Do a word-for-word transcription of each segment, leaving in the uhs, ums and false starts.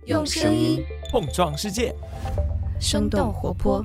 用声音碰撞世界， 生动活泼。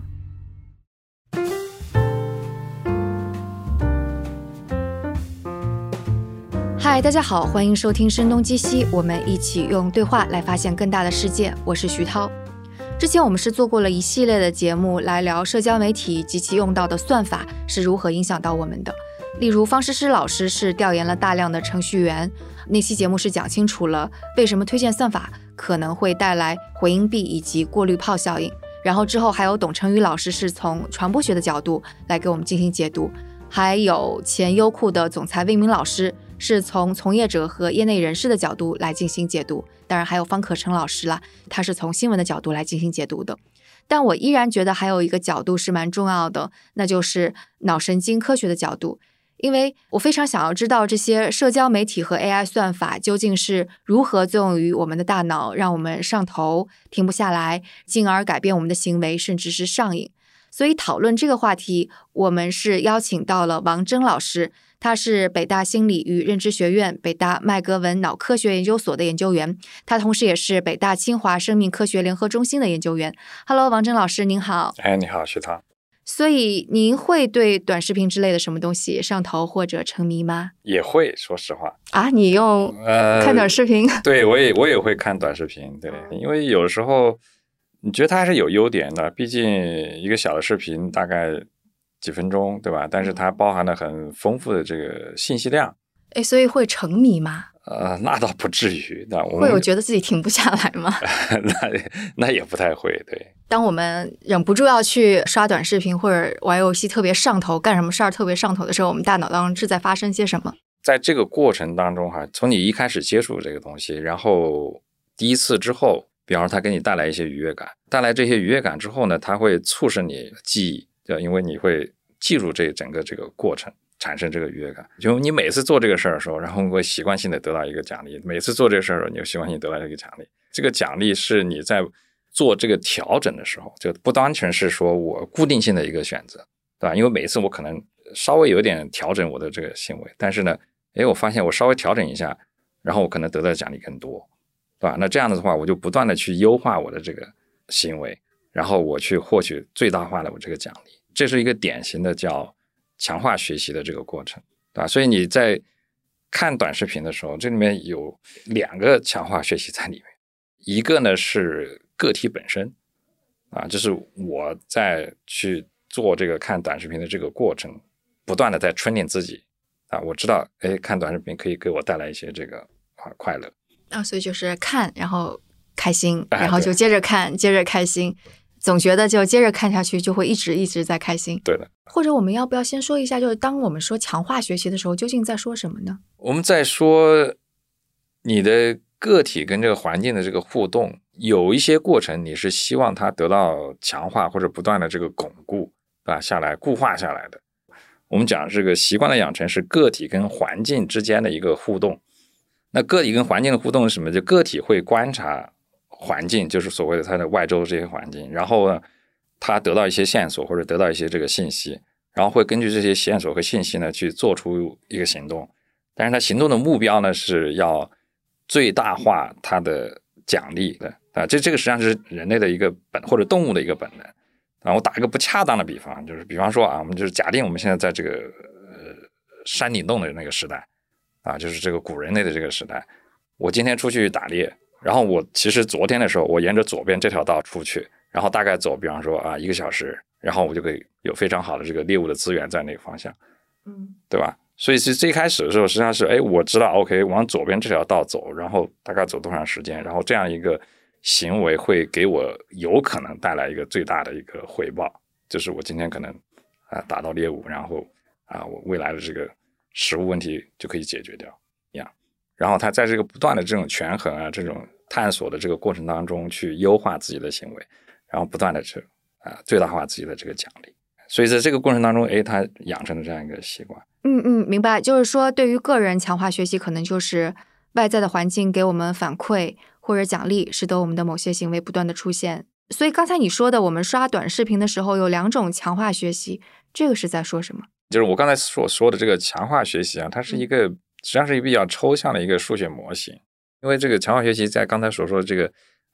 嗨，大家好，欢迎收听声东击西，我们一起用对话来发现更大的世界。我是徐涛。之前我们是做过了一系列的节目来聊社交媒体及其用到的算法是如何影响到我们的。例如方诗诗老师是调研了大量的程序员，那期节目是讲清楚了为什么推荐算法可能会带来回音壁以及过滤泡效应。然后之后还有董成宇老师是从传播学的角度来给我们进行解读，还有前优酷的总裁魏明老师是从从业者和业内人士的角度来进行解读，当然还有方可成老师啦，他是从新闻的角度来进行解读的。但我依然觉得还有一个角度是蛮重要的，那就是脑神经科学的角度。因为我非常想要知道这些社交媒体和 A I 算法究竟是如何作用于我们的大脑，让我们上头停不下来，进而改变我们的行为，甚至是上瘾。所以讨论这个话题，我们是邀请到了王峥老师，他是北大心理与认知学院、北大麦格文脑科学研究所的研究员，他同时也是北大清华生命科学联合中心的研究员。Hello， 王峥老师您好。 哎，你好，徐涛。 所以您会对短视频之类的什么东西上头或者沉迷吗？ 也会，说实话啊，你用看短视频？ 呃、对，我也我也会看短视频，对，因为有时候你觉得它还是有优点的，毕竟一个小的视频大概几分钟，对吧？但是它包含了很丰富的这个信息量。 哎，所以会沉迷吗？ 呃，那倒不至于。那我会有觉得自己停不下来吗？ 那那也不太会，对。 当我们忍不住要去刷短视频或者玩游戏特别上头，干什么事儿特别上头的时候，我们大脑当中是在发生些什么？ 在这个过程当中哈，从你一开始接触这个东西，然后第一次之后，比方说它给你带来一些愉悦感，带来这些愉悦感之后呢，它会促使你记忆，对，因为你会记住这整个这个过程，产生这个愉悦感。就你每次做这个事儿的时候，然后会习惯性的得到一个奖励，每次做这个事儿的时候，你就习惯性得到一个奖励。这个奖励是你在做这个调整的时候，就不单纯是说我固定性的一个选择，对吧？因为每一次我可能稍微有点调整我的这个行为，但是呢，诶，我发现我稍微调整一下，然后我可能得到的奖励更多，对吧？那这样的话，我就不断的去优化我的这个行为，然后我去获取最大化的我这个奖励。这是一个典型的叫强化学习的这个过程，对吧？所以你在看短视频的时候，这里面有两个强化学习在里面，一个呢是个体本身啊，就是我在去做这个看短视频的这个过程，不断的在训练自己啊，我知道，哎，看短视频可以给我带来一些这个啊快乐啊，所以就是看，然后开心，然后就接着看，接着开心。总觉得就接着看下去就会一直一直在开心。 对的。 或者我们要不要先说一下，就是当我们说强化学习的时候究竟在说什么呢？ 我们在说你的个体跟这个环境的这个互动，有一些过程你是希望它得到强化或者不断的这个巩固啊下来固化下来的。我们讲这个习惯的养成是个体跟环境之间的一个互动。那个体跟环境的互动是什么？就个体会观察环境，就是所谓的它的外周这些环境，然后呢他得到一些线索或者得到一些这个信息，然后会根据这些线索和信息呢去做出一个行动，但是他行动的目标呢是要最大化他的奖励的啊，这这个实际上是人类的一个本或者动物的一个本能啊。我打一个不恰当的比方，就是比方说啊，我们就是假定我们现在在这个呃山顶洞的那个时代啊，就是这个古人类的这个时代，我今天出去打猎，然后我其实昨天的时候我沿着左边这条道出去，然后大概走比方说啊一个小时，然后我就可以有非常好的这个猎物的资源在那个方向，嗯，对吧？所以是最开始的时候实际上是哎我知道 OK 往左边这条道走，然后大概走多长时间，然后这样一个行为会给我有可能带来一个最大的一个回报，就是我今天可能啊打到猎物，然后啊我未来的这个食物问题就可以解决掉一样。然后他在这个不断的这种权衡啊这种探索的这个过程当中去优化自己的行为，然后不断的去啊最大化自己的这个奖励。所以在这个过程当中，诶，他养成了这样一个习惯。 嗯嗯，明白。就是说对于个人强化学习，可能就是外在的环境给我们反馈或者奖励，使得我们的某些行为不断的出现。所以刚才你说的我们刷短视频的时候有两种强化学习，这个是在说什么？ 就是我刚才所说的这个强化学习啊，它是一个实际上是一个比较抽象的一个数学模型。因为这个强化学习在刚才所说的这个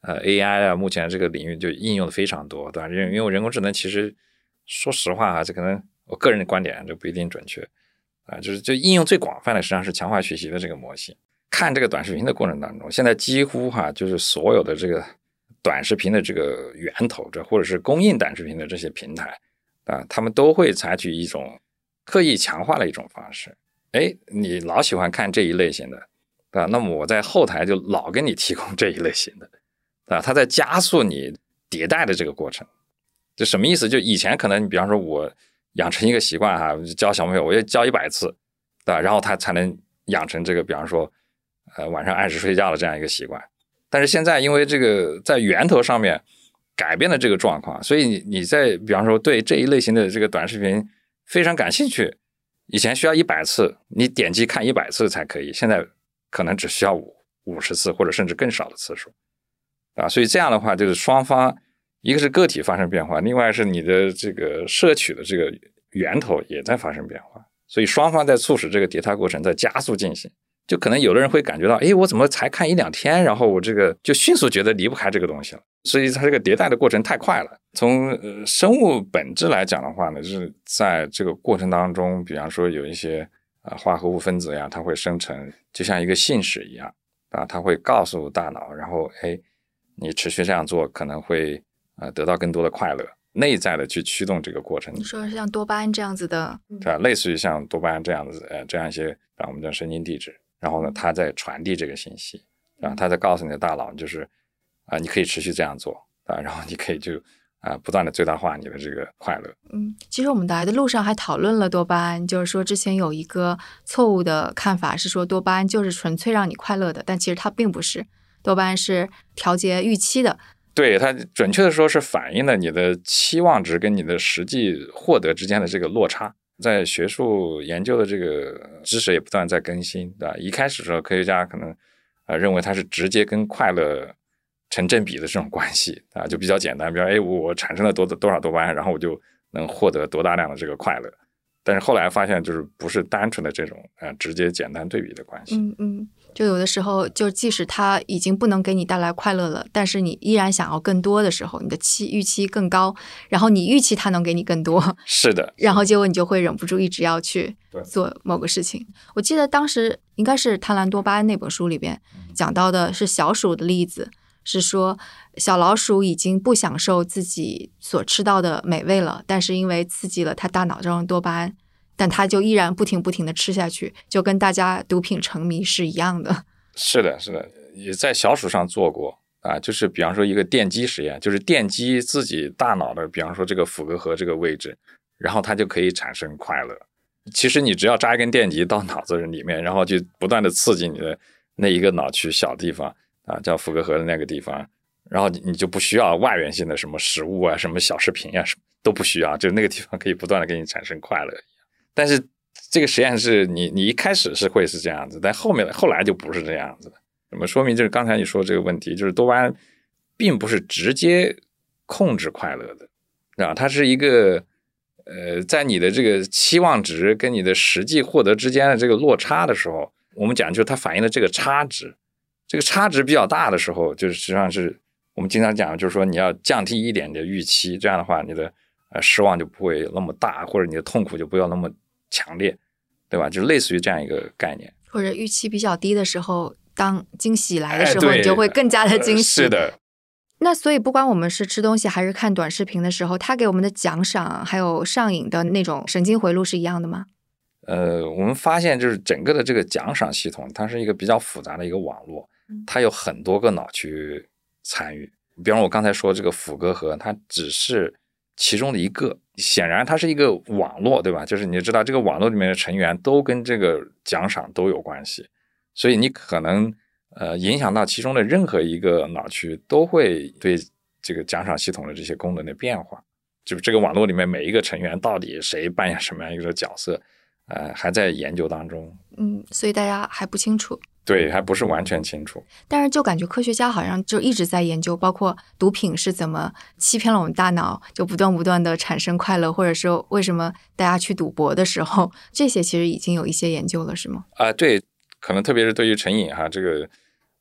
呃 A I 啊，目前这个领域就应用的非常多，对吧？因为人工智能其实说实话啊，这可能我个人的观点这不一定准确啊，就是就应用最广泛的实际上是强化学习的这个模型。看这个短视频的过程当中，现在几乎哈就是所有的这个短视频的这个源头，这或者是供应短视频的这些平台啊，他们都会采取一种刻意强化的一种方式。哎，你老喜欢看这一类型的啊，那么我在后台就老给你提供这一类型的啊，它在加速你迭代的这个过程。这什么意思？就以前可能你比方说我养成一个习惯哈，教小朋友我要教一百次，对吧？然后他才能养成这个比方说呃晚上按时睡觉的这样一个习惯。但是现在因为这个在源头上面改变了这个状况，所以你你在比方说对这一类型的这个短视频非常感兴趣，以前需要一百次，你点击看一百次才可以，现在可能只需要五十次或者甚至更少的次数啊。所以这样的话就是双方一个是个体发生变化，另外是你的这个摄取的这个源头也在发生变化，所以双方在促使这个迭代过程在加速进行。就可能有的人会感觉到，诶，我怎么才看一两天，然后我这个就迅速觉得离不开这个东西了，所以它这个迭代的过程太快了。从呃生物本质来讲的话呢，就是在这个过程当中，比方说有一些啊、呃、化合物分子呀，它会生成就像一个信使一样啊，它会告诉大脑，然后诶你持续这样做可能会呃得到更多的快乐，内在的去驱动这个过程。 你说是像多巴胺这样子的， 对吧？类似于像多巴胺这样子呃这样一些让我们的神经递质。然后呢，它在传递这个信息，啊，它在告诉你的大脑，就是啊、呃，你可以持续这样做啊，然后你可以就啊、呃，不断的最大化你的这个快乐。 嗯，其实我们来的路上还讨论了多巴胺，就是说之前有一个错误的看法是说多巴胺就是纯粹让你快乐的，但其实它并不是，多巴胺是调节预期的。 对，它准确的说是反映了你的期望值跟你的实际获得之间的这个落差。在学术研究的这个知识也不断在更新，对吧？一开始的时候，科学家可能呃认为它是直接跟快乐成正比的这种关系啊，就比较简单，比如哎，我产生了多多少多巴胺，然后我就能获得多大量的这个快乐。但是后来发现，就是不是单纯的这种呃直接简单对比的关系。 嗯嗯，就有的时候，就即使它已经不能给你带来快乐了，但是你依然想要更多的时候，你的期预期更高，然后你预期它能给你更多， 是的， 然后结果你就会忍不住一直要去做某个事情。我记得当时应该是《贪婪多巴胺》那本书里边讲到的是小鼠的例子，是说小老鼠已经不享受自己所吃到的美味了，但是因为刺激了它大脑中的多巴胺，但它就依然不停不停的吃下去，就跟大家毒品沉迷是一样的。 是的，是的，也在小鼠上做过啊，就是比方说一个电击实验，就是电击自己大脑的，比方说这个腹膈核这个位置，然后它就可以产生快乐。其实你只要扎一根电极到脑子里面，然后就不断的刺激你的那一个脑区小地方啊，叫腹膈核的那个地方，然后你就不需要外源性的什么食物啊，什么小视频啊，什么都不需要，就那个地方可以不断的给你产生快乐。但是这个实验是你你一开始是会是这样子，但后面后来就不是这样子的。那么说明就是刚才你说这个问题，就是多巴胺并不是直接控制快乐的啊，它是一个呃，在你的这个期望值跟你的实际获得之间的这个落差的时候，我们讲就是它反映的这个差值，这个差值比较大的时候，就是实际上是我们经常讲，就是说你要降低一点的预期，这样的话你的呃失望就不会那么大，或者你的痛苦就不要那么强烈，对吧？就类似于这样一个概念。 或者预期比较低的时候，当惊喜来的时候，哎、你就会更加的惊喜。 是的。 那所以不管我们是吃东西还是看短视频的时候，它给我们的奖赏还有上瘾的那种神经回路是一样的吗？ 呃，我们发现就是整个的这个奖赏系统，它是一个比较复杂的一个网络，它有很多个脑区参与。比方我刚才说这个腹膈核，它只是其中的一个，显然它是一个网络，对吧？就是你知道这个网络里面的成员都跟这个奖赏都有关系，所以你可能呃影响到其中的任何一个脑区，都会对这个奖赏系统的这些功能的变化。就这个网络里面每一个成员到底谁扮演什么样一个角色，呃，还在研究当中。 嗯，所以大家还不清楚。 对，还不是完全清楚。 但是就感觉科学家好像就一直在研究，包括毒品是怎么欺骗了我们大脑，就不断不断的产生快乐，或者是为什么大家去赌博的时候，这些其实已经有一些研究了，是吗？ 啊、呃，对，可能特别是对于成瘾哈，这个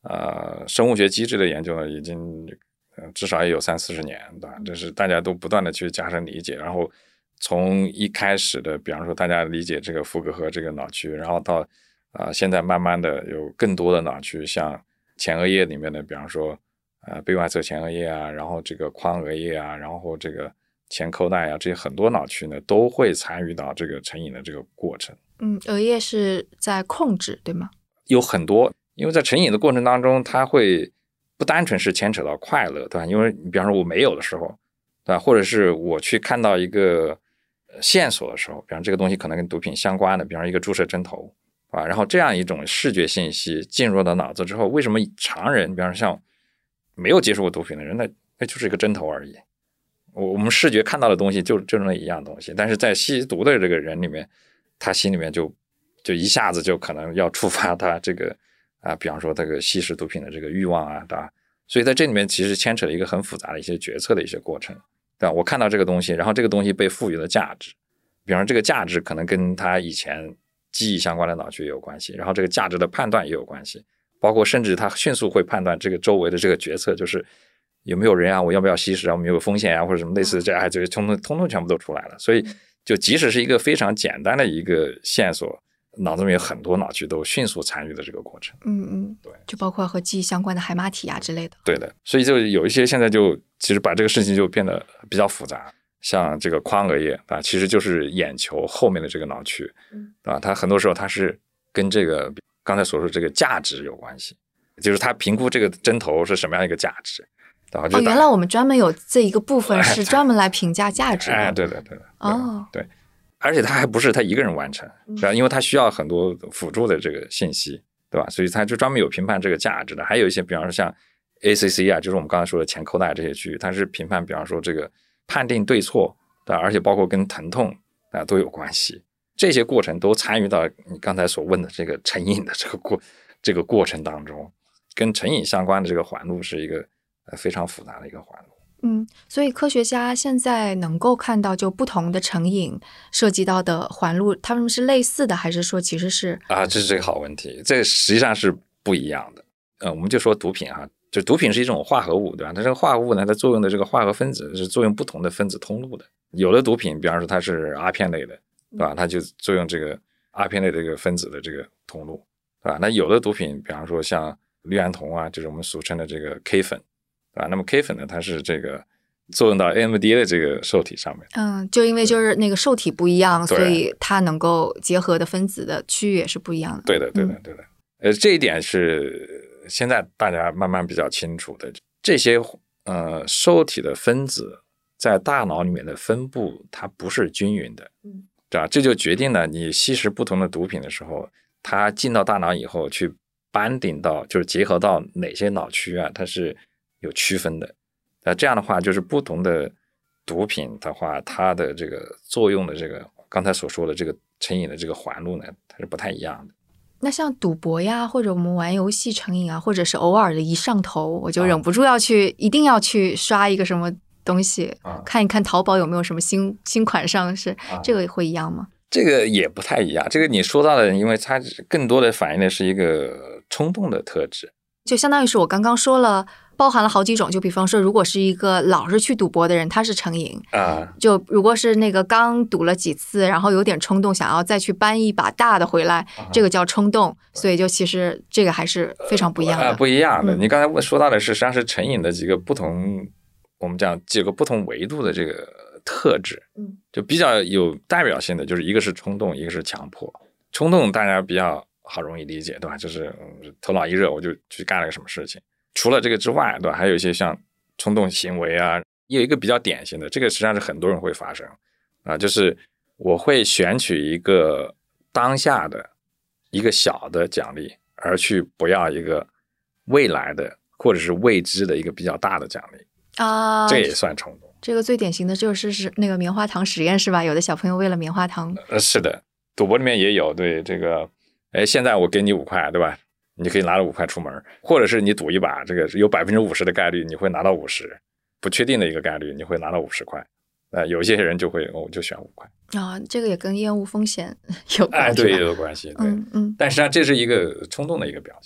呃生物学机制的研究呢，已经、呃、至少也有三四十年，对吧？这是大家都不断的去加深理解，然后从一开始的，比方说大家理解这个福格核这个脑区，然后到啊、呃、现在慢慢的有更多的脑区，像前额叶里面的，比方说呃背外侧前额叶啊，然后这个眶额叶啊，然后这个前扣带啊，这些很多脑区呢都会参与到这个成瘾的这个过程。 嗯，额叶是在控制，对吗？ 有很多，因为在成瘾的过程当中，它会不单纯是牵扯到快乐，对吧？因为比方说我没有的时候，对吧？或者是我去看到一个线索的时候，比方这个东西可能跟毒品相关的，比方一个注射针头啊，然后这样一种视觉信息进入到脑子之后，为什么常人，比方像没有接触过毒品的人，那那就是一个针头而已。我我们视觉看到的东西就就那一样东西，但是在吸毒的这个人里面，他心里面就就一下子就可能要触发他这个啊，比方说这个吸食毒品的这个欲望啊，对吧？所以在这里面其实牵扯了一个很复杂的一些决策的一些过程，对吧？我看到这个东西，然后这个东西被赋予了价值，比方说这个价值可能跟他以前记忆相关的脑区也有关系，然后这个价值的判断也有关系，包括甚至他迅速会判断这个周围的这个决策，就是有没有人啊，我要不要吸食啊，有没有风险啊，或者什么类似的这哎，这些通通通通全部都出来了。所以就即使是一个非常简单的一个线索，脑子里面有很多脑区都迅速参与的这个过程。 嗯嗯， 对， 就包括和记忆相关的海马体啊之类的。 对的，所以就有一些现在就其实把这个事情就变得比较复杂，像这个眶额叶啊，其实就是眼球后面的这个脑区，啊，它很多时候它是跟这个刚才所说这个价值有关系，就是它评估这个针头是什么样一个价值。哦， 原来我们专门有这一个部分是专门来评价价值的。 哎，对的，对的。 哦， 对，而且他还不是他一个人完成，是吧？因为他需要很多辅助的这个信息，对吧？所以他就专门有评判这个价值的。还有一些，比方说像 A C C 啊，就是我们刚才说的前扣带这些区域，它是评判，比方说这个判定对错，对吧？而且包括跟疼痛啊都有关系。这些过程都参与到你刚才所问的这个成瘾的这个过这个过程当中，跟成瘾相关的这个环路是一个非常复杂的一个环路。 嗯，所以科学家现在能够看到就不同的成瘾涉及到的环路，他们是类似的，还是说其实是啊？这是这个好问题，这个实际上是不一样的。呃，我们就说毒品哈，就毒品是一种化合物，对吧？它这个化合物呢，它作用的这个化合分子是作用不同的分子通路的。有的毒品，比方说它是阿片类的，对吧？它就作用这个阿片类的这个分子的这个通路，对吧？那有的毒品，比方说像氯胺酮啊，就是我们俗称的这个 K 粉。啊，那么 K 粉呢，它是这个作用到 A M D 的这个受体上面。 嗯，就因为就是那个受体不一样，所以它能够结合的分子的区域也是不一样的。 对的，对的，对的。呃，这一点是现在大家慢慢比较清楚的。这些呃受体的分子在大脑里面的分布，它不是均匀的。嗯，对吧？这就决定了你吸食不同的毒品的时候，它进到大脑以后去banding到，就是结合到哪些脑区啊，它是有区分的。那这样的话，就是不同的毒品的话，它的这个作用的这个刚才所说的这个成瘾的这个环路呢，它是不太一样的。 那像赌博呀，或者我们玩游戏成瘾啊，或者是偶尔的一上头，我就忍不住要去、啊、一定要去刷一个什么东西、啊、看一看淘宝有没有什么新新款上市、啊、这个会一样吗？ 这个也不太一样。这个你说到的，因为它更多的反映的是一个冲动的特质， 就相当于是我刚刚说了包含了好几种，就比方说如果是一个老是去赌博的人，他是成瘾啊。就如果是那个刚赌了几次，然后有点冲动想要再去搬一把大的回来、啊、这个叫冲动。所以就其实这个还是非常不一样的、 呃、不一样的、嗯、你刚才问说到的是实际上是成瘾的几个不同，我们讲几个不同维度的这个特质。嗯，就比较有代表性的就是一个是冲动，一个是强迫。冲动大家比较好容易理解，对吧？就是头脑一热我就去干了个什么事情。除了这个之外，对吧？还有一些像冲动行为啊，有一个比较典型的，这个实际上是很多人会发生啊，就是我会选取一个当下的一个小的奖励，而去不要一个未来的或者是未知的一个比较大的奖励啊，这也算冲动。 这个最典型的就是是那个棉花糖实验是吧？有的小朋友为了棉花糖， 呃，是的，赌博里面也有。对这个，哎，现在我给你五块，对吧？你可以拿着五块出门，或者是你赌一把，这个有百分之五十的概率你会拿到五十，不确定的一个概率你会拿到五十块。呃，有些人就会哦，就选五块啊，这个也跟厌恶风险有关系。 哎，对，也有关系。对，嗯嗯。但实际上这是一个冲动的一个表现。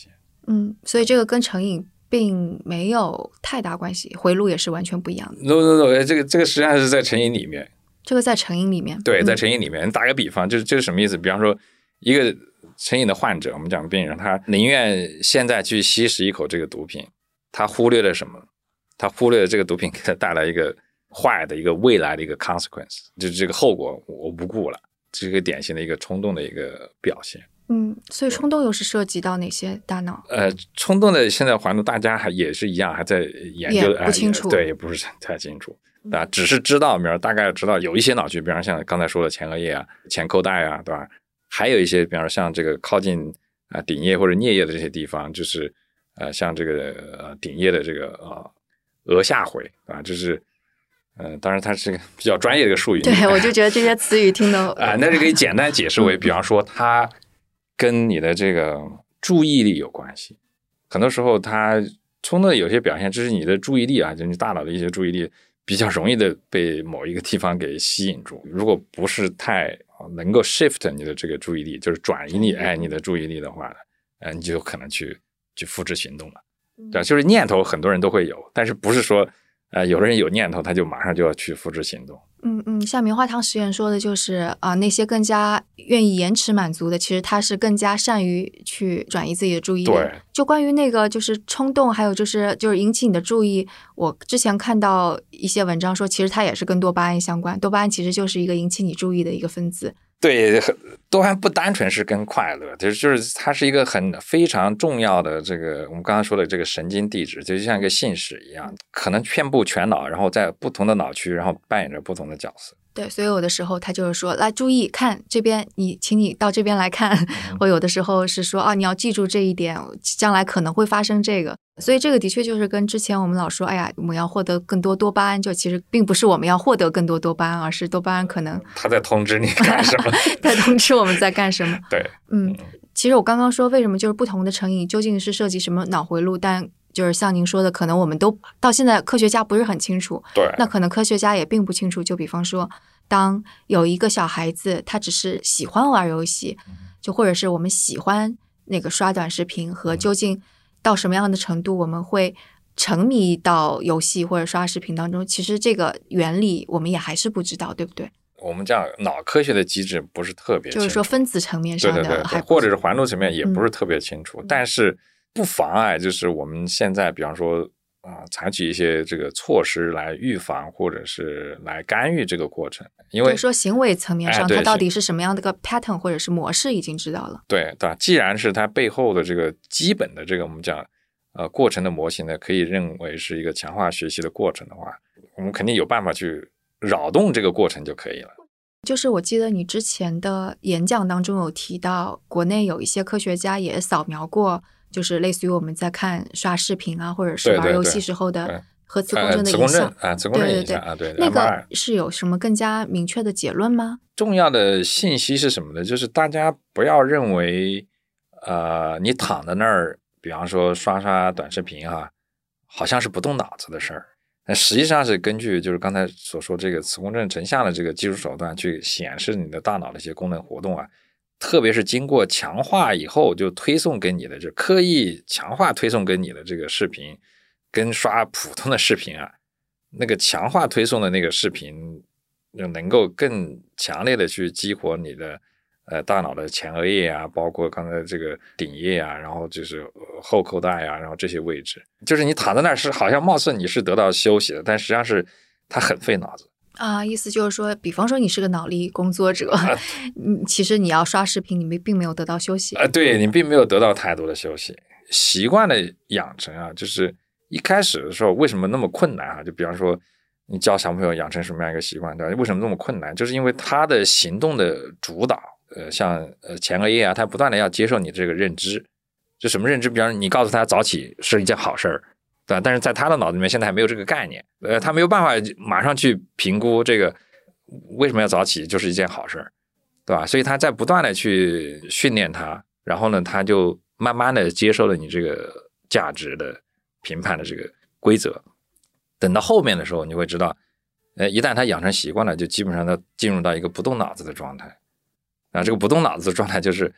嗯，所以这个跟成瘾并没有太大关系，回路也是完全不一样的。 no no no， 这个这个实际上是在成瘾里面。 这个在成瘾里面， 对，在成瘾里面。嗯、打个比方，就是这是什么意思？比方说，一个成瘾的患者，我们讲病人，他宁愿现在去吸食一口这个毒品，他忽略了什么？他忽略了这个毒品给他带来一个坏的一个未来的一个 consequence， 就是这个后果我不顾了，这是一个典型的一个冲动的一个表现。 嗯，所以冲动又是涉及到哪些大脑？ 呃，冲动的现在环路大家还也是一样，还在研究， 也不清楚， 呃、对，也不是太清楚。啊，只是知道，比如大概知道有一些脑区，比方像刚才说的前额叶啊、前扣带啊，对吧？还有一些，比方像这个靠近啊、呃、顶叶或者颞叶的这些地方，就是呃像这个呃顶叶的这个呃额下回啊，就是呃，当然它是比较专业的一个术语。 对，我就觉得这些词语听得啊、呃，那就可以简单解释为，比方说它跟你的这个注意力有关系。很多时候它冲动的有些表现，就是你的注意力啊，就是你大脑的一些注意力。比较容易的被某一个地方给吸引住，如果不是太能够 shift 你的这个注意力，就是转移你哎你的注意力的话呢，呃，你就有可能去去付之行动了，对吧？就是念头很多人都会有，但是不是说呃有的人有念头他就马上就要去付之行动。 嗯嗯，像棉花糖实验说的就是啊、呃，那些更加愿意延迟满足的，其实他是更加善于去转移自己的注意力。 对， 就关于那个就是冲动，还有就是就是引起你的注意，我之前看到一些文章说，其实它也是跟多巴胺相关，多巴胺其实就是一个引起你注意的一个分子。 对，多巴胺不单纯是跟快乐，就是就是它是一个很非常重要的这个我们刚刚说的这个神经递质，就像一个信使一样，可能遍布全脑，然后在不同的脑区，然后扮演着不同的角色。 对，所以有的时候他就是说，来注意看这边，你请你到这边来看。嗯、我有的时候是说啊，你要记住这一点，将来可能会发生这个。所以这个的确就是跟之前我们老说，哎呀，我们要获得更多多巴胺，就其实并不是我们要获得更多多巴胺，而是多巴胺可能他在通知你干什么， 在通知我们在干什么。 对， 嗯，其实我刚刚说为什么就是不同的成瘾究竟是涉及什么脑回路，但就是像您说的，可能我们都到现在科学家不是很清楚。 对， 那可能科学家也并不清楚。就比方说，当有一个小孩子他只是喜欢玩游戏，就或者是我们喜欢那个刷短视频，和究竟到什么样的程度我们会沉迷到游戏或者刷视频当中，其实这个原理我们也还是不知道，对不对？ 我们讲脑科学的机制不是特别清楚， 就是说分子层面上的， 对对对，或者是环路层面也不是特别清楚，嗯、但是不妨碍就是我们现在比方说啊、呃，采取一些这个措施来预防或者是来干预这个过程，因为就是说行为层面上、 哎、 它到底是什么样的个 pattern 或者是模式已经知道了。 对对吧？既然是它背后的这个基本的这个我们讲呃过程的模型呢，可以认为是一个强化学习的过程的话，我们肯定有办法去扰动这个过程就可以了。 就是我记得你之前的演讲当中有提到，国内有一些科学家也扫描过，就是类似于我们在看刷视频啊，或者是玩游戏时候的核磁共振的影响。 啊，磁共振影响啊，对， 那个是有什么更加明确的结论吗？ 重要的信息是什么呢？就是大家不要认为，呃，你躺在那儿，比方说刷刷短视频哈、啊，好像是不动脑子的事儿。那实际上是根据就是刚才所说这个磁共振成像的这个技术手段去显示你的大脑的一些功能活动啊，特别是经过强化以后就推送给你的，就刻意强化推送给你的这个视频，跟刷普通的视频啊，那个强化推送的那个视频能够更强烈的去激活你的呃大脑的前额叶啊，包括刚才这个顶叶啊，然后就是后扣带啊，然后这些位置，就是你躺在那儿是好像貌似你是得到休息的，但实际上是它很费脑子啊。意思就是说，比方说你是个脑力工作者，啊、其实你要刷视频，你并没有得到休息啊，对，你并没有得到太多的休息。习惯的养成啊，就是一开始的时候为什么那么困难啊？就比方说你教小朋友养成什么样一个习惯，对吧？为什么那么困难？就是因为他的行动的主导。呃，像呃前额叶啊，它不断的要接受你这个认知，就什么认知？比方说你告诉他早起是一件好事儿，对吧？但是在他的脑子里面现在还没有这个概念，呃，他没有办法马上去评估这个为什么要早起就是一件好事儿，对吧？所以他在不断的去训练他，然后呢，他就慢慢的接受了你这个价值的评判的这个规则。等到后面的时候，你会知道，呃，一旦他养成习惯了，就基本上他进入到一个不动脑子的状态。啊，这个不动脑子的状态就是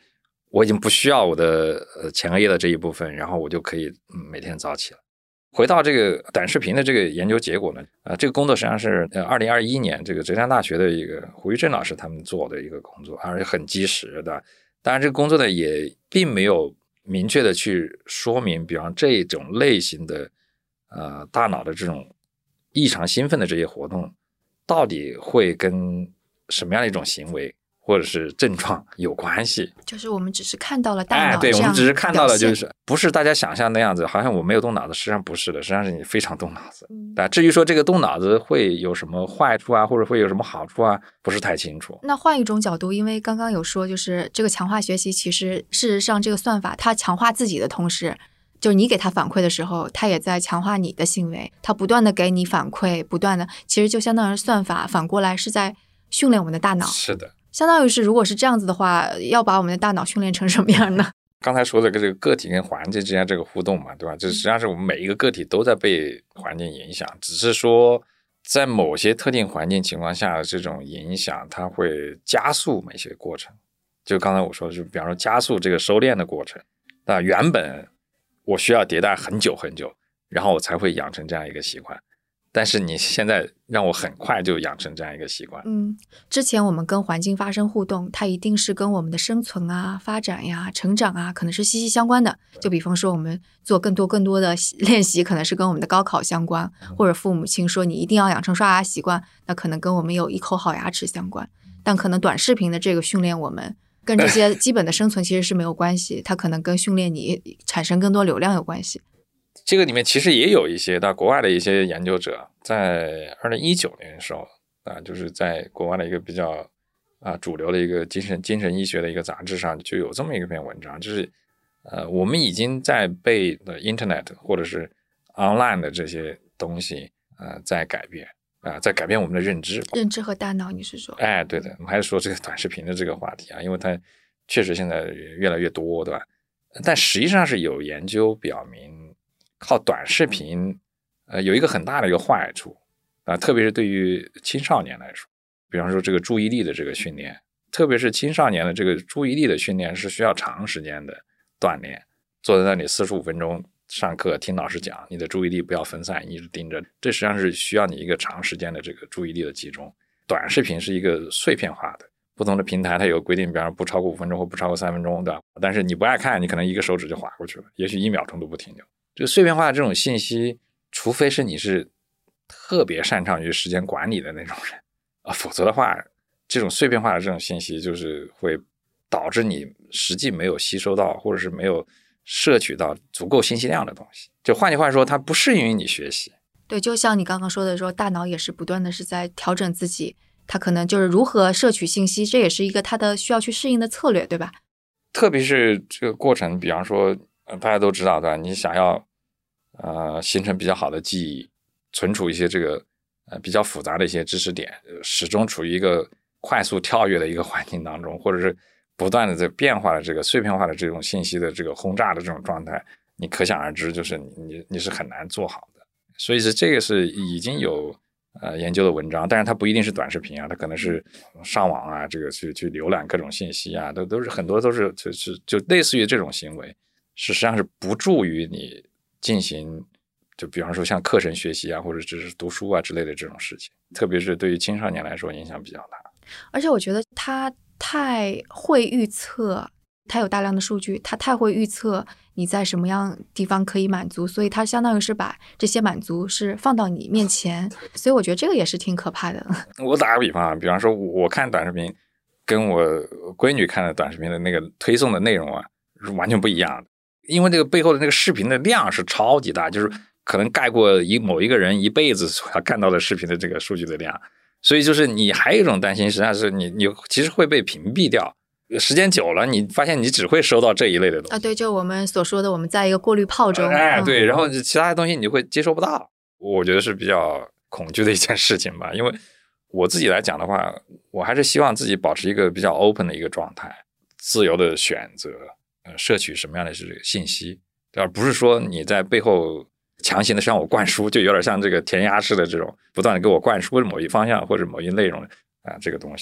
我已经不需要我的呃前额叶的这一部分，然后我就可以、嗯、每天早起了。回到这个短视频的这个研究结果呢，呃，这个工作实际上是呃二零二一年这个浙江大学的一个胡玉正老师他们做的一个工作，而且很及时的。当然，这个工作呢也并没有明确的去说明，比方这种类型的呃大脑的这种异常兴奋的这些活动，到底会跟什么样的一种行为或者是症状有关系。 就是我们只是看到了大脑、 哎、对，我们只是看到了，就是不是大家想象那样子，好像我没有动脑子，实际上不是的，实际上是你非常动脑子。 嗯、 但至于说这个动脑子会有什么坏处啊，或者会有什么好处啊，不是太清楚。 那换一种角度，因为刚刚有说，就是这个强化学习，其实事实上这个算法它强化自己的同时，就是你给它反馈的时候，它也在强化你的行为，它不断的给你反馈，不断的，其实就相当于算法反过来是在训练我们的大脑。 是的。 相当于是，如果是这样子的话，要把我们的大脑训练成什么样呢？ 刚才说的这个个体跟环境之间这个互动嘛，对吧？这实际上是我们每一个个体都在被环境影响，只是说在某些特定环境情况下的这种影响，它会加速某些过程。就刚才我说的，就比方说加速这个收敛的过程。那原本我需要迭代很久很久，然后我才会养成这样一个习惯。但是你现在让我很快就养成这样一个习惯。 嗯，之前我们跟环境发生互动，它一定是跟我们的生存啊、发展呀、成长啊，可能是息息相关的。就比方说，我们做更多更多的练习，可能是跟我们的高考相关，或者父母亲说你一定要养成刷牙习惯，那可能跟我们有一口好牙齿相关。但可能短视频的这个训练，我们跟这些基本的生存其实是没有关系，它可能跟训练你产生更多流量有关系。 这个里面其实也有一些到国外的一些研究者，在二零一九年的时候啊，就是在国外的一个比较啊主流的一个精神精神医学的一个杂志上，就有这么一篇文章，就是呃我们已经在被的 Internet 或者是 online 的这些东西呃在改变啊、呃，在改变我们的认知， 认知和大脑，你是说？ 哎，对的，我们还是说这个短视频的这个话题啊，因为它确实现在越来越多，对吧？但实际上是有研究表明，靠短视频，呃，有一个很大的一个坏处啊、呃，特别是对于青少年来说，比方说这个注意力的这个训练，特别是青少年的这个注意力的训练是需要长时间的锻炼，坐在那里四十五分钟上课听老师讲，你的注意力不要分散，一直盯着，这实际上是需要你一个长时间的这个注意力的集中。短视频是一个碎片化的，不同的平台它有规定，比方说不超过五分钟或不超过三分钟，对吧？但是你不爱看，你可能一个手指就划过去了，也许一秒钟都不停留。这个碎片化的这种信息，除非是你是特别擅长于时间管理的那种人啊，否则的话，这种碎片化的这种信息就是会导致你实际没有吸收到，或者是没有摄取到足够信息量的东西。就换句话说，它不适应于你学习。 对，就像你刚刚说的说，大脑也是不断的是在调整自己，它可能就是如何摄取信息，这也是一个它的需要去适应的策略，对吧？ 特别是这个过程，比方说，呃、大家都知道的，你想要呃形成比较好的记忆，存储一些这个呃比较复杂的一些知识点，始终处于一个快速跳跃的一个环境当中，或者是不断的在变化的这个碎片化的这种信息的这个轰炸的这种状态，你可想而知，就是你你你是很难做好的。所以是这个是已经有呃研究的文章，但是它不一定是短视频啊，它可能是上网啊，这个去去浏览各种信息啊，都都是很多都是就是就类似于这种行为，实际上是不助于你进行，就比方说像课程学习啊，或者只是读书啊之类的这种事情，特别是对于青少年来说影响比较大。 而且我觉得他太会预测，他有大量的数据，他太会预测你在什么样地方可以满足，所以他相当于是把这些满足是放到你面前，所以我觉得这个也是挺可怕的。 我打个比方啊，比方说我看短视频跟我闺女看的短视频的那个推送的内容啊是完全不一样的，因为这个背后的那个视频的量是超级大，就是可能盖过一某一个人一辈子所要看到的视频的这个数据的量，所以就是你还有一种担心，实际上是你你其实会被屏蔽掉，时间久了你发现你只会收到这一类的东西啊，对，就我们所说的我们在一个过滤泡中， 哎，对，然后其他的东西你就会接收不到，我觉得是比较恐惧的一件事情吧。因为我自己来讲的话，我还是希望自己保持一个比较 open 的一个状态，自由的选择呃，摄取什么样的这个信息，而不是说你在背后强行的向我灌输，就有点像这个填鸭式的这种不断的给我灌输某一方向或者某一内容啊、呃，这个东西。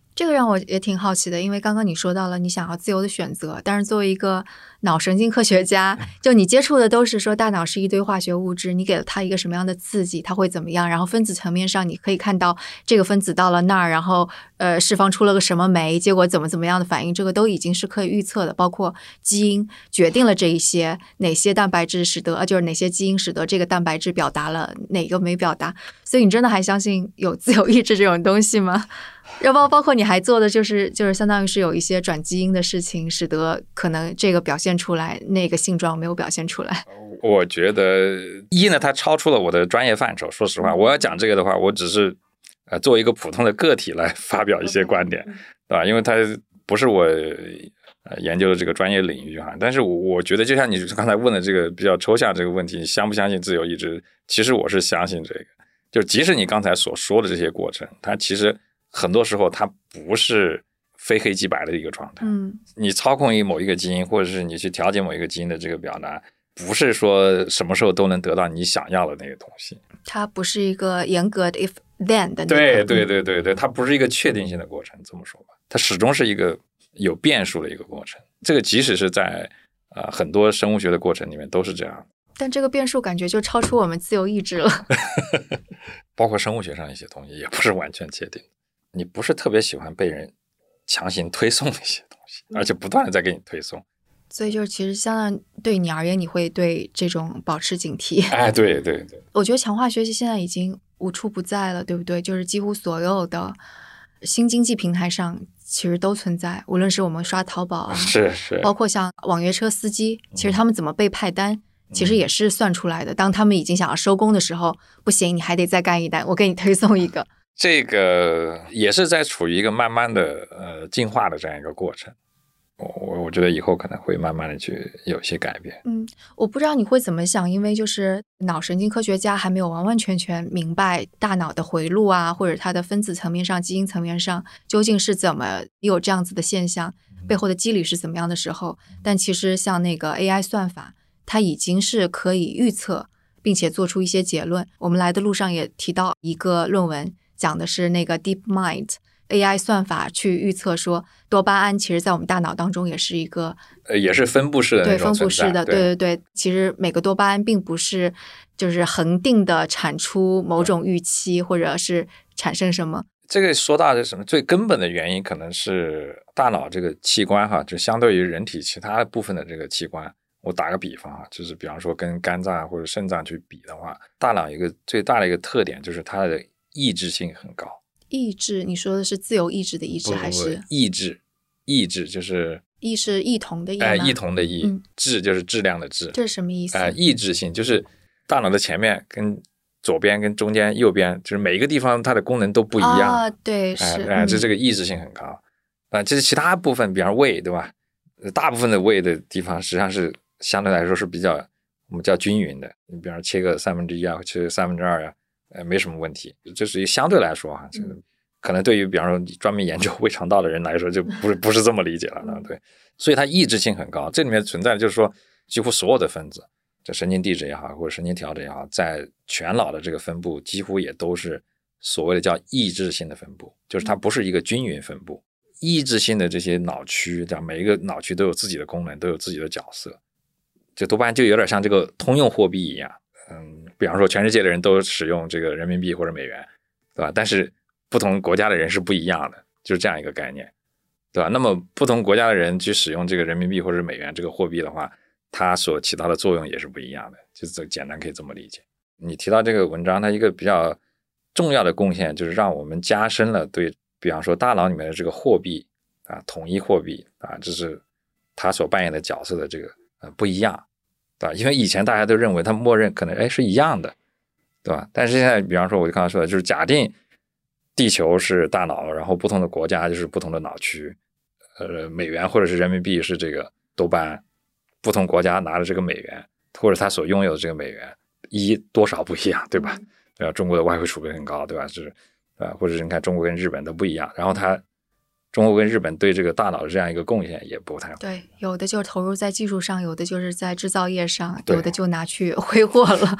这个让我也挺好奇的，因为刚刚你说到了你想要自由的选择，但是作为一个脑神经科学家，就你接触的都是说大脑是一堆化学物质，你给了它一个什么样的刺激，它会怎么样，然后分子层面上你可以看到这个分子到了那儿，然后呃释放出了个什么酶，结果怎么怎么样的反应，这个都已经是可以预测的，包括基因决定了这一些，哪些蛋白质使得就是哪些基因使得这个蛋白质表达了，哪个没表达，所以你真的还相信有自由意志这种东西吗？然后包括你还做的就是就是相当于是有一些转基因的事情，使得可能这个表现出来，那个性状没有表现出来。 我觉得一呢，它超出了我的专业范畴。说实话，我要讲这个的话，我只是呃作为一个普通的个体来发表一些观点，对吧？因为它不是我呃研究的这个专业领域哈。但是我我觉得，就像你刚才问的这个比较抽象这个问题，你相不相信自由意志？其实我是相信这个，就即使你刚才所说的这些过程，它其实很多时候它不是非黑即白的一个状态。 嗯， 你操控一某一个基因，或者是你去调节某一个基因的这个表达，不是说什么时候都能得到你想要的那个东西。 它不是一个严格的 if then 的那个。 对对对对对，它不是一个确定性的过程。这么说吧，它始终是一个有变数的一个过程。这个即使是在呃很多生物学的过程里面都是这样。 但这个变数感觉就超出我们自由意志了。 包括生物学上一些东西也不是完全确定。你不是特别喜欢被人强行推送一些东西，而且不断的在给你推送。 所以就是其实相当对你而言，你会对这种保持警惕。 哎，对对对。 我觉得强化学习现在已经无处不在了，对不对？就是几乎所有的新经济平台上其实都存在，无论是我们刷淘宝啊， 是是， 包括像网约车司机，其实他们怎么被派单，嗯、其实也是算出来的。当他们已经想要收工的时候，不行，你还得再干一单，我给你推送一个。 这个也是在处于一个慢慢的呃进化的这样一个过程。我我觉得以后可能会慢慢的去有一些改变。 嗯，我不知道你会怎么想，因为就是脑神经科学家还没有完完全全明白大脑的回路啊，或者它的分子层面上、基因层面上究竟是怎么有这样子的现象，背后的机理是怎么样的时候，但其实像那个 A I 算法，它已经是可以预测并且做出一些结论。我们来的路上也提到一个论文，讲的是那个 DeepMind A I 算法去预测说多巴胺其实在我们大脑当中也是一个呃也是分布式的那种存在， 对分布式的，对对对，其实每个多巴胺并不是就是恒定的产出某种预期或者是产生什么。 这个说到的什么最根本的原因可能是大脑这个器官哈，就相对于人体其他部分的这个器官，我打个比方哈，就是比方说跟肝脏或者肾脏去比的话，大脑一个最大的一个特点就是它的抑制性很高。 意志，你说的是自由意志的意志还是意志？意志就是意是异同的意吗？ 哎，异同的意， 嗯、 质就是质量的质。 这是什么意思？ 哎，抑制性就是大脑的前面跟左边跟中间右边，就是每一个地方它的功能都不一样。 啊，对，是， 哎，哎这这个抑制性很高。啊、嗯，这是其他部分，比方胃，对吧？大部分的胃的地方实际上是相对来说是比较我们叫均匀的。你比方切个三分之一啊，切个三分之二啊。呃，没什么问题，这是相对来说哈，这个可能对于比方说专门研究胃肠道的人来说，就不是不是这么理解了，对，所以它抑制性很高。这里面存在的就是说，几乎所有的分子，这神经递质也好，或者神经调质也好，在全脑的这个分布，几乎也都是所谓的叫抑制性的分布，就是它不是一个均匀分布。抑制性的这些脑区，这样每一个脑区都有自己的功能，都有自己的角色。这多半就有点像这个通用货币一样。嗯，比方说全世界的人都使用这个人民币或者美元，对吧？但是不同国家的人是不一样的，就是这样一个概念，对吧？那么不同国家的人去使用这个人民币或者美元这个货币的话，它所起到的作用也是不一样的，就是简单可以这么理解。你提到这个文章，它一个比较重要的贡献就是让我们加深了对，比方说大脑里面的这个货币啊，统一货币啊，这是它所扮演的角色的这个呃不一样。对吧？因为以前大家都认为它默认可能哎是一样的，对吧？但是现在比方说我就刚才说的，就是假定地球是大脑，然后不同的国家就是不同的脑区，呃，美元或者是人民币是这个多巴胺，不同国家拿的这个美元或者它所拥有的这个美元一多少不一样，对吧？对吧？中国的外汇储备很高，对吧？就是啊，或者是你看中国跟日本都不一样，然后它。中国跟日本对这个大脑的这样一个贡献也不太对，有的就投入在技术上，有的就是在制造业上，有的就拿去挥霍了。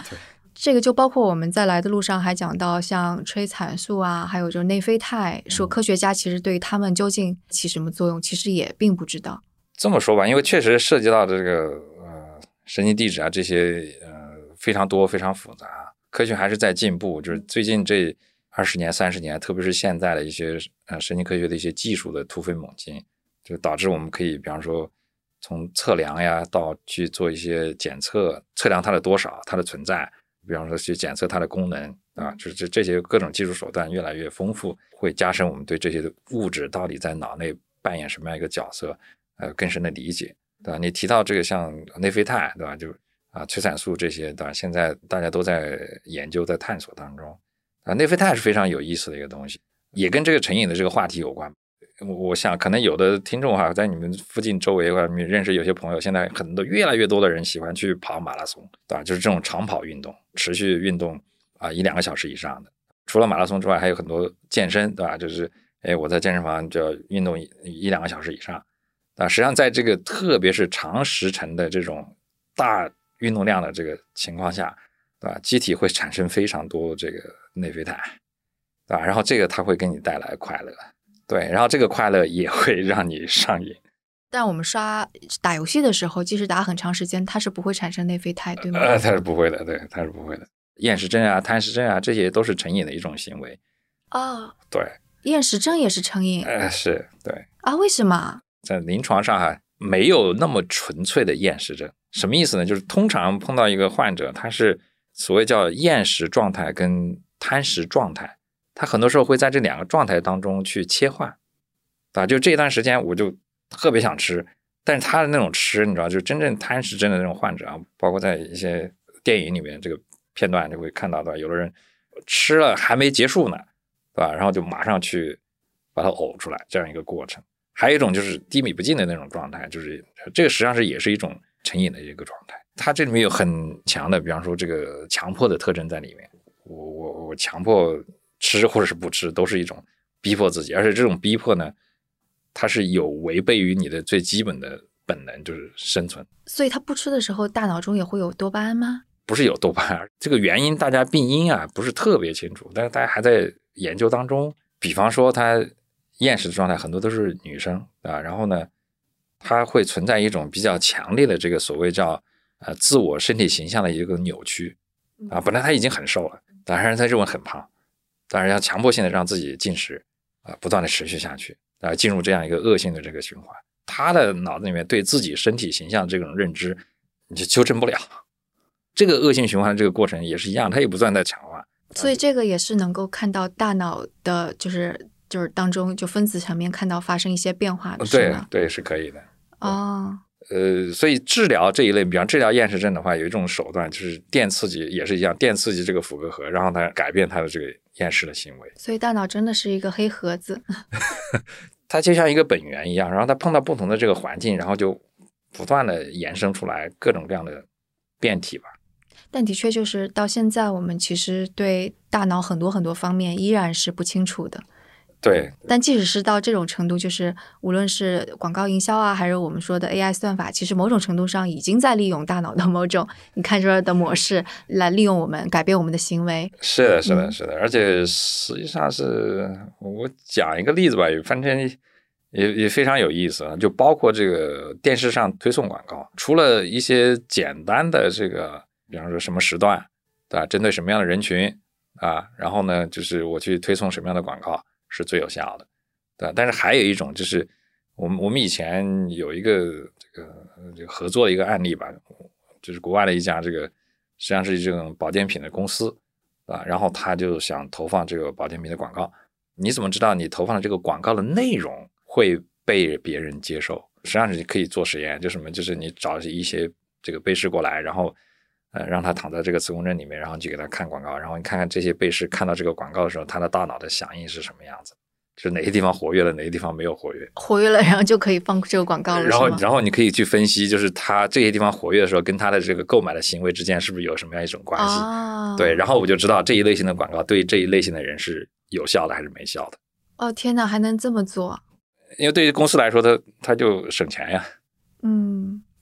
这个就包括我们在来的路上还讲到像催产素啊，还有就是内啡肽，说科学家其实对他们究竟起什么作用，其实也并不知道。 这么说吧，因为确实涉及到这个呃神经递质啊这些呃非常多非常复杂，科学还是在进步，就是最近这二十年三十年，特别是现在的一些呃神经科学的一些技术的突飞猛进，就导致我们可以比方说从测量呀到去做一些检测，测量它的多少它的存在，比方说去检测它的功能啊，就是这些各种技术手段越来越丰富，会加深我们对这些物质到底在脑内扮演什么样一个角色呃更深的理解，对吧？你提到这个像内啡肽，对吧？就啊催产素这些，对吧？现在大家都在研究在探索当中啊，内啡肽是非常有意思的一个东西，也跟这个成瘾的这个话题有关。我想可能有的听众哈，在你们附近周围，或者你认识有些朋友，现在很多越来越多的人喜欢去跑马拉松，对吧？就是这种长跑运动，持续运动啊一两个小时以上的。除了马拉松之外，还有很多健身，对吧？就是哎，我在健身房就要运动一一两个小时以上。啊，实际上在这个特别是长时程的这种大运动量的这个情况下，对吧？机体会产生非常多这个内啡肽，对吧？然后这个它会给你带来快乐，对，然后这个快乐也会让你上瘾。 但我们刷打游戏的时候，即使打很长时间，它是不会产生内啡肽，对吗？ 呃，它是不会的，对，它是不会的。厌食症啊、贪食症啊，这些都是成瘾的一种行为。 哦， 对， 厌食症也是成瘾。 呃，是，对。 啊，为什么？ 在临床上哈，没有那么纯粹的厌食症。什么意思呢？就是通常碰到一个患者，他是所谓叫厌食状态跟贪食状态，他很多时候会在这两个状态当中去切换，啊，就这段时间我就特别想吃，但是他的那种吃，你知道，就真正贪食症的那种患者啊，包括在一些电影里面这个片段就会看到的，有的人吃了还没结束呢，对吧？然后就马上去把它呕出来，这样一个过程。还有一种就是低迷不进的那种状态，就是这个实际上是也是一种成瘾的一个状态。它这里面有很强的，比方说这个强迫的特征在里面。我我我强迫吃或者是不吃，都是一种逼迫自己，而且这种逼迫呢，它是有违背于你的最基本的本能，就是生存。 所以他不吃的时候，大脑中也会有多巴胺吗？ 不是有多巴胺，这个原因大家病因啊不是特别清楚，但是大家还在研究当中。比方说他厌食的状态很多都是女生啊，然后呢，它会存在一种比较强烈的这个所谓叫呃自我身体形象的一个扭曲啊。本来他已经很瘦了，但是他认为很胖，当然要强迫性的让自己进食啊，不断的持续下去啊，进入这样一个恶性的这个循环。他的脑子里面对自己身体形象这种认知，你就纠正不了。这个恶性循环的这个过程也是一样，它也不断在强化。 所以这个也是能够看到大脑的，就是就是当中就分子层面看到发生一些变化的， 对对，是可以的。 哦， 呃，所以治疗这一类，比方治疗厌食症的话，有一种手段就是电刺激，也是一样，电刺激这个伏隔核，让它改变它的这个厌食的行为。 所以大脑真的是一个黑盒子， 它就像一个本源一样，然后它碰到不同的这个环境，然后就不断的延伸出来各种各样的变体吧。 但的确就是到现在我们其实对大脑很多很多方面依然是不清楚的。 对， 但即使是到这种程度，就是无论是广告营销啊，还是我们说的 A I 算法，其实某种程度上已经在利用大脑的某种你看出来的模式来利用我们，改变我们的行为。 是的是的是的、嗯、而且实际上是我讲一个例子吧，反正也也非常有意思，就包括这个电视上推送广告，除了一些简单的这个比方说什么时段，对吧？针对什么样的人群啊，然后呢，就是我去推送什么样的广告是最有效的，对吧？但是还有一种就是我们我们以前有一个这个这个合作的一个案例吧，就是国外的一家这个实际上是这种保健品的公司啊，然后他就想投放这个保健品的广告，你怎么知道你投放的这个广告的内容会被别人接受？实际上是你可以做实验，就什么就是你找一些这个被试过来，然后呃，让他躺在这个磁共振里面，然后去给他看广告，然后你看看这些被试看到这个广告的时候，他的大脑的响应是什么样子，就是哪些地方活跃了，哪些地方没有活跃。活跃了，然后就可以放这个广告了， 然后，然后你可以去分析，就是他这些地方活跃的时候，跟他的这个购买的行为之间是不是有什么样一种关系？ 哦、 对，然后我就知道这一类型的广告对这一类型的人是有效的还是没效的。 哦，天哪，还能这么做？ 因为对于公司来说，他他就省钱呀。 嗯。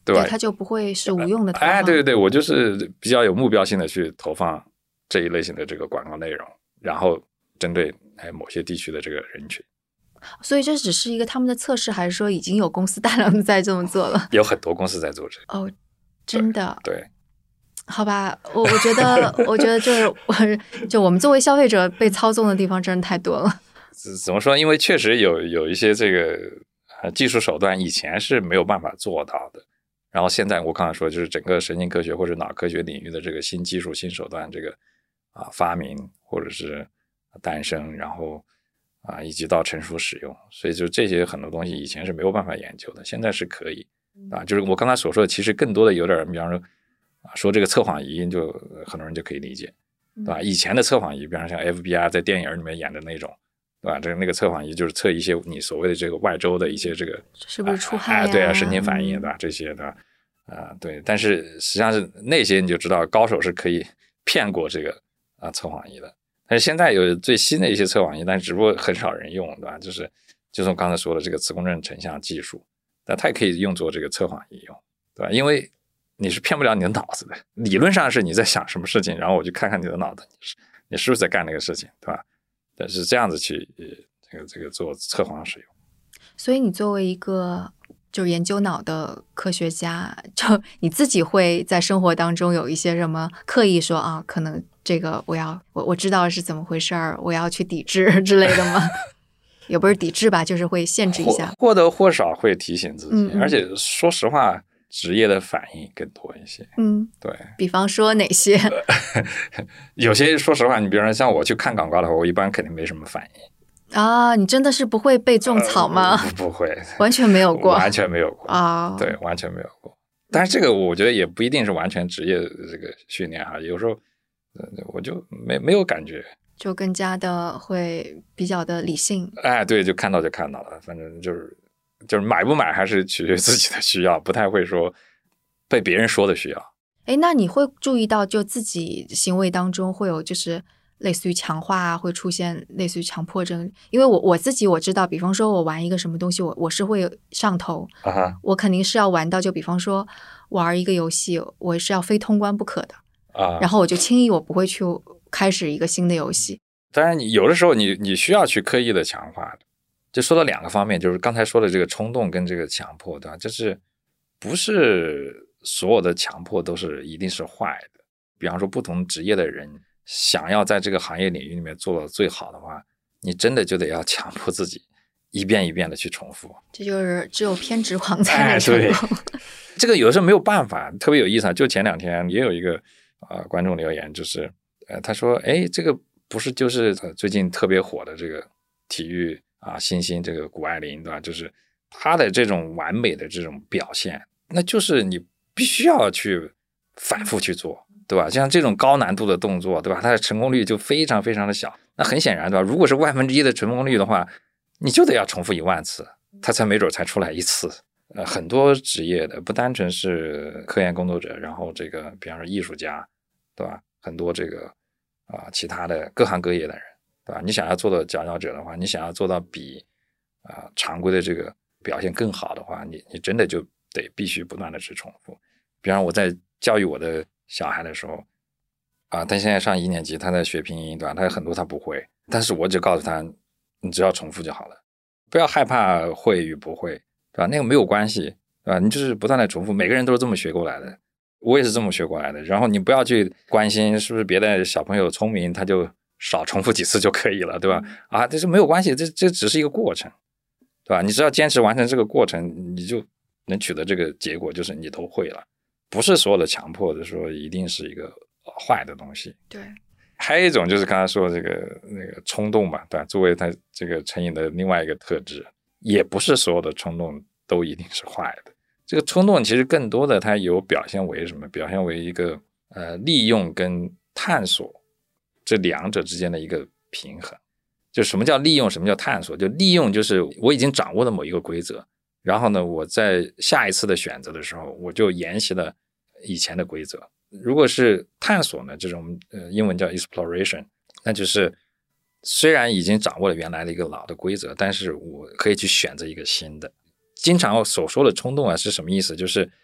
对吧？ 对，它就不会是无用的投放。 哎，对对对，我就是比较有目标性的去投放这一类型的这个广告内容，然后针对哎某些地区的这个人群。 所以这只是一个他们的测试，还是说已经有公司大量的在这么做了？ 有很多公司在做这个。 哦，真的？ 对。对， 好吧，我我觉得，我觉得就是我，就我们作为消费者被操纵的地方真的太多了。 怎么说？因为确实有有一些这个呃技术手段以前是没有办法做到的，然后现在我刚才说，就是整个神经科学或者脑科学领域的这个新技术、新手段这个啊发明或者是诞生，然后啊以及到成熟使用，所以就这些很多东西以前是没有办法研究的，现在是可以啊。就是我刚才所说的，其实更多的有点，比方说啊说这个测谎仪，就很多人就可以理解，对吧？以前的测谎仪，比方像 F B I 在电影里面演的那种。对吧？这个那个测谎仪就是测一些你所谓的这个外周的一些这个是不是出汗呀、 啊？对啊，神经反应对吧？这些的啊，对。但是实际上是那些你就知道，高手是可以骗过这个啊测谎仪的。但是现在有最新的一些测谎仪，但只不过很少人用，对吧？就是就是我刚才说的这个磁共振成像技术，但它也可以用作这个测谎仪用，对吧？因为你是骗不了你的脑子的，理论上是你在想什么事情，然后我就看看你的脑子，你是你是不是在干那个事情，对吧？但是这样子去这个这个做测谎使用。 所以你作为一个就是研究脑的科学家，就你自己会在生活当中有一些什么刻意说啊，可能这个我要我我知道是怎么回事儿，我要去抵制之类的吗？也不是抵制吧，就是会限制一下， 或多或少会提醒自己。 嗯嗯， 而且说实话，职业的反应更多一些。 嗯， 对。 比方说哪些？ 有些说实话，你比如说像我去看广告的话，我一般肯定没什么反应。 啊，你真的是不会被种草吗？ 呃、不, 不会， 完全没有过， 完全没有过啊、 对，完全没有过。但是这个我觉得也不一定是完全职业的这个训练哈，有时候我就没没有感觉， 就更加的会比较的理性。 哎，对，就看到就看到了，反正就是就是买不买还是取决于自己的需要，不太会说被别人说的需要。 哎，那你会注意到就自己行为当中会有就是类似于强化啊，会出现类似于强迫症？因为我我自己我知道，比方说我玩一个什么东西，我我是会上头、 uh-huh. 我肯定是要玩到，就比方说玩一个游戏，我是要非通关不可的啊， uh-huh. 然后我就轻易我不会去开始一个新的游戏。 当然你有的时候你你需要去刻意的强化的，就说到两个方面，就是刚才说的这个冲动跟这个强迫，对吧？就是不是所有的强迫都是一定是坏的。比方说不同职业的人想要在这个行业领域里面做到最好的话，你真的就得要强迫自己一遍一遍的去重复。 这就是只有偏执狂才能成功、 哎、对，这个有时候没有办法，特别有意思啊。就前两天也有一个呃观众留言，就是呃他说，哎，这个不是就是最近特别火的这个体育啊新星这个谷爱凌，对吧？就是他的这种完美的这种表现，那就是你必须要去反复去做，对吧？像这种高难度的动作，对吧？它的成功率就非常非常的小。那很显然，对吧？如果是万分之一的成功率的话，你就得要重复一万次，它才没准才出来一次。呃，很多职业的不单纯是科研工作者，然后这个比方说艺术家，对吧？很多这个啊、呃、其他的各行各业的人，对吧？你想要做到佼佼者的话，你想要做到比啊、呃、常规的这个表现更好的话，你你真的就得必须不断的去重复。比方我在教育我的小孩的时候啊，他现在上一年级，他在学拼音，对吧？他有很多他不会，但是我只告诉他，你只要重复就好了，不要害怕会与不会，对吧？那个没有关系，对吧？你就是不断的重复，每个人都是这么学过来的，我也是这么学过来的。然后你不要去关心是不是别的小朋友聪明，他就少重复几次就可以了，对吧？啊，这是没有关系，这这只是一个过程，对吧？你只要坚持完成这个过程，你就能取得这个结果，就是你都会了。不是所有的强迫的说一定是一个坏的东西。 对， 还有一种就是刚才说这个那个冲动嘛，对吧？作为他这个成瘾的另外一个特质，也不是所有的冲动都一定是坏的。这个冲动其实更多的它有表现为什么？表现为一个呃利用跟探索这两者之间的一个平衡。就什么叫利用，什么叫探索？就利用就是我已经掌握了某一个规则，然后呢，我在下一次的选择的时候，我就沿袭了以前的规则。如果是探索呢，这种呃英文叫 exploration， 那就是虽然已经掌握了原来的一个老的规则，但是我可以去选择一个新的。经常所说的冲动啊是什么意思？就是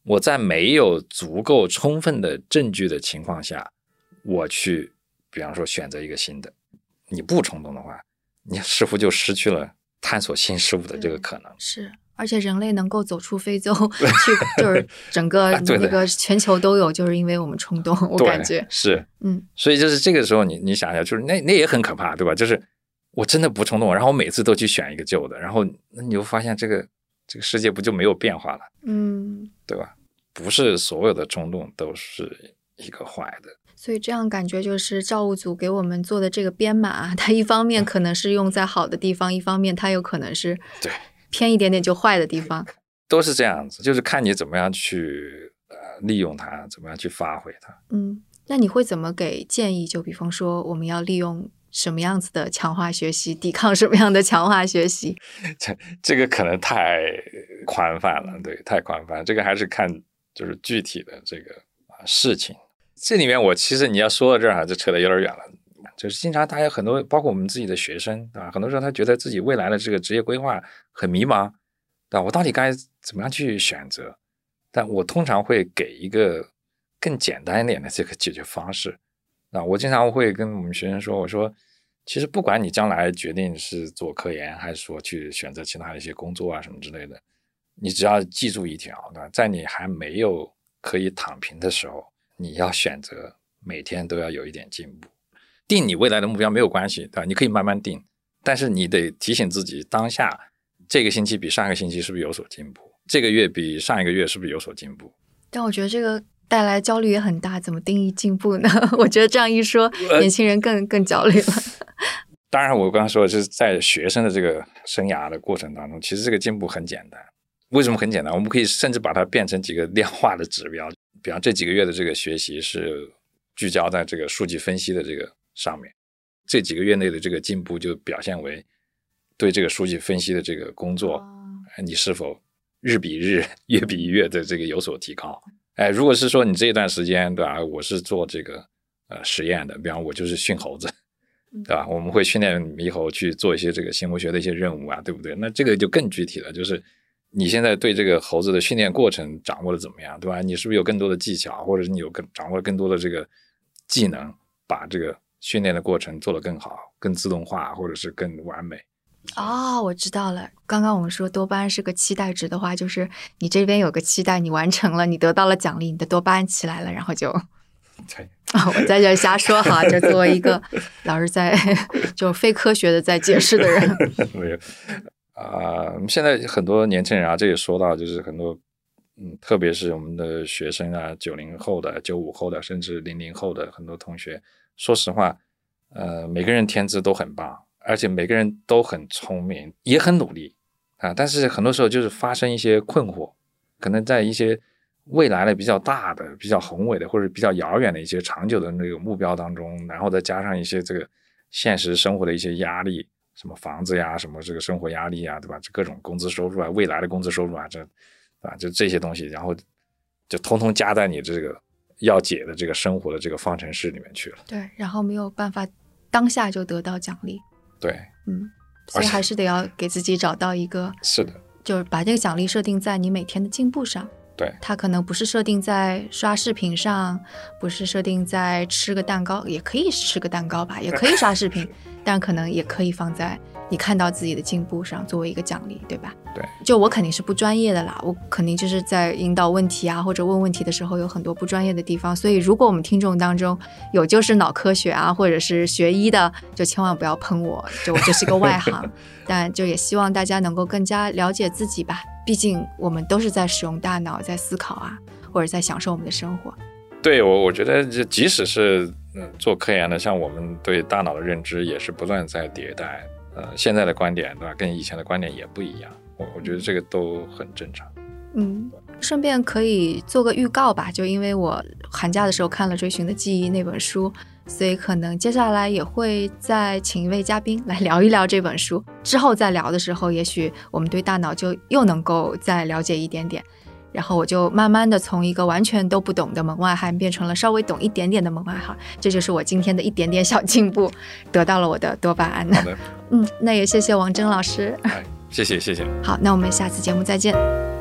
我在没有足够充分的证据的情况下，我去比方说选择一个新的，你不冲动的话，你似乎就失去了探索新事物的这个可能。 是，而且人类能够走出非洲去，就是整个那个全球都有，就是因为我们冲动，我感觉是， 嗯， 所以就是这个时候你你想想，就是那那也很可怕，对吧？就是我真的不冲动，然后我每次都去选一个旧的，然后那你就发现这个这个世界不就没有变化了， 嗯， 对吧？不是所有的冲动都是一个坏的。 所以这样感觉就是造物主给我们做的这个编码，它一方面可能是用在好的地方，嗯、一方面它有可能是对偏一点点就坏的地方， 都是这样子，就是看你怎么样去呃利用它，怎么样去发挥它。 嗯，那你会怎么给建议？就比方说我们要利用什么样子的强化学习，抵抗什么样的强化学习？ 这这个可能太宽泛了，对，太宽泛，这个还是看就是具体的这个事情。这里面我其实你要说到这儿啊，就扯得有点远了。就是经常大家很多，包括我们自己的学生，对吧？很多时候他觉得自己未来的这个职业规划很迷茫，对吧？我到底该怎么样去选择？但我通常会给一个更简单一点的这个解决方式。啊，我经常会跟我们学生说，我说，其实不管你将来决定是做科研，还是说去选择其他的一些工作啊什么之类的，你只要记住一条，对吧？在你还没有可以躺平的时候，你要选择每天都要有一点进步。定你未来的目标没有关系，对吧？你可以慢慢定，但是你得提醒自己，当下这个星期比上个星期是不是有所进步？这个月比上一个月是不是有所进步？ 但我觉得这个带来焦虑也很大，怎么定义进步呢？我觉得这样一说，年轻人更更焦虑了。 当然，我刚刚说的是在学生的这个生涯的过程当中，其实这个进步很简单。为什么很简单？我们可以甚至把它变成几个量化的指标，比方这几个月的这个学习是聚焦在这个数据分析的这个上面，这几个月内的这个进步就表现为对这个数据分析的这个工作，哦、你是否日比日、月比月的这个有所提高？哎，如果是说你这一段时间，对吧？我是做这个呃实验的，比方我就是训猴子，对吧？我们会训练猕猴去做一些这个行为学的一些任务啊，对不对？那这个就更具体了，就是你现在对这个猴子的训练过程掌握的怎么样，对吧？你是不是有更多的技巧，或者是你有更掌握了更多的这个技能，把这个训练的过程做得更好、更自动化，或者是更完美？ 哦，我知道了。刚刚我们说多巴胺是个期待值的话，就是你这边有个期待，你完成了，你得到了奖励，你的多巴胺起来了，然后就对啊、哦，我在这瞎说哈，就作为一个老是在就非科学的在解释的人， 没有啊、呃。现在很多年轻人啊，这也说到，就是很多嗯，特别是我们的学生啊，九零后的、九五后的，甚至零零后的很多同学，说实话，呃，每个人天资都很棒。而且每个人都很聪明，也很努力啊，但是很多时候就是发生一些困惑，可能在一些未来的比较大的、比较宏伟的或者比较遥远的一些长久的那个目标当中，然后再加上一些这个现实生活的一些压力，什么房子呀，什么这个生活压力啊，对吧？这各种工资收入啊，未来的工资收入啊，这啊就这些东西，然后就通通加在你这个要解的这个生活的这个方程式里面去了。 对，然后没有办法当下就得到奖励。 对， 嗯，所以还是得要给自己找到一个， 是的， 就是把这个奖励设定在你每天的进步上。 对， 它可能不是设定在刷视频上，不是设定在吃个蛋糕，也可以吃个蛋糕吧，也可以刷视频，但可能也可以放在你看到自己的进步上作为一个奖励，对吧？ 对， 就我肯定是不专业的啦，我肯定就是在引导问题啊或者问问题的时候有很多不专业的地方，所以如果我们听众当中有就是脑科学啊或者是学医的，就千万不要喷我，就我就是个外行但就也希望大家能够更加了解自己吧，毕竟我们都是在使用大脑在思考啊，或者在享受我们的生活。 对，我我觉得即使是、呃、做科研的，像我们对大脑的认知也是不断在迭代，呃，现在的观点对吧，跟以前的观点也不一样，我我觉得这个都很正常。 嗯，顺便可以做个预告吧，就因为我寒假的时候看了《追寻的记忆》那本书，所以可能接下来也会再请一位嘉宾来聊一聊这本书，之后再聊的时候也许我们对大脑就又能够再了解一点点，然后我就慢慢的从一个完全都不懂的门外汉变成了稍微懂一点点的门外汉，这就是我今天的一点点小进步，得到了我的多巴胺。 好的， 嗯，那也谢谢王峥老师。 哎，谢谢谢谢。 好，那我们下次节目再见。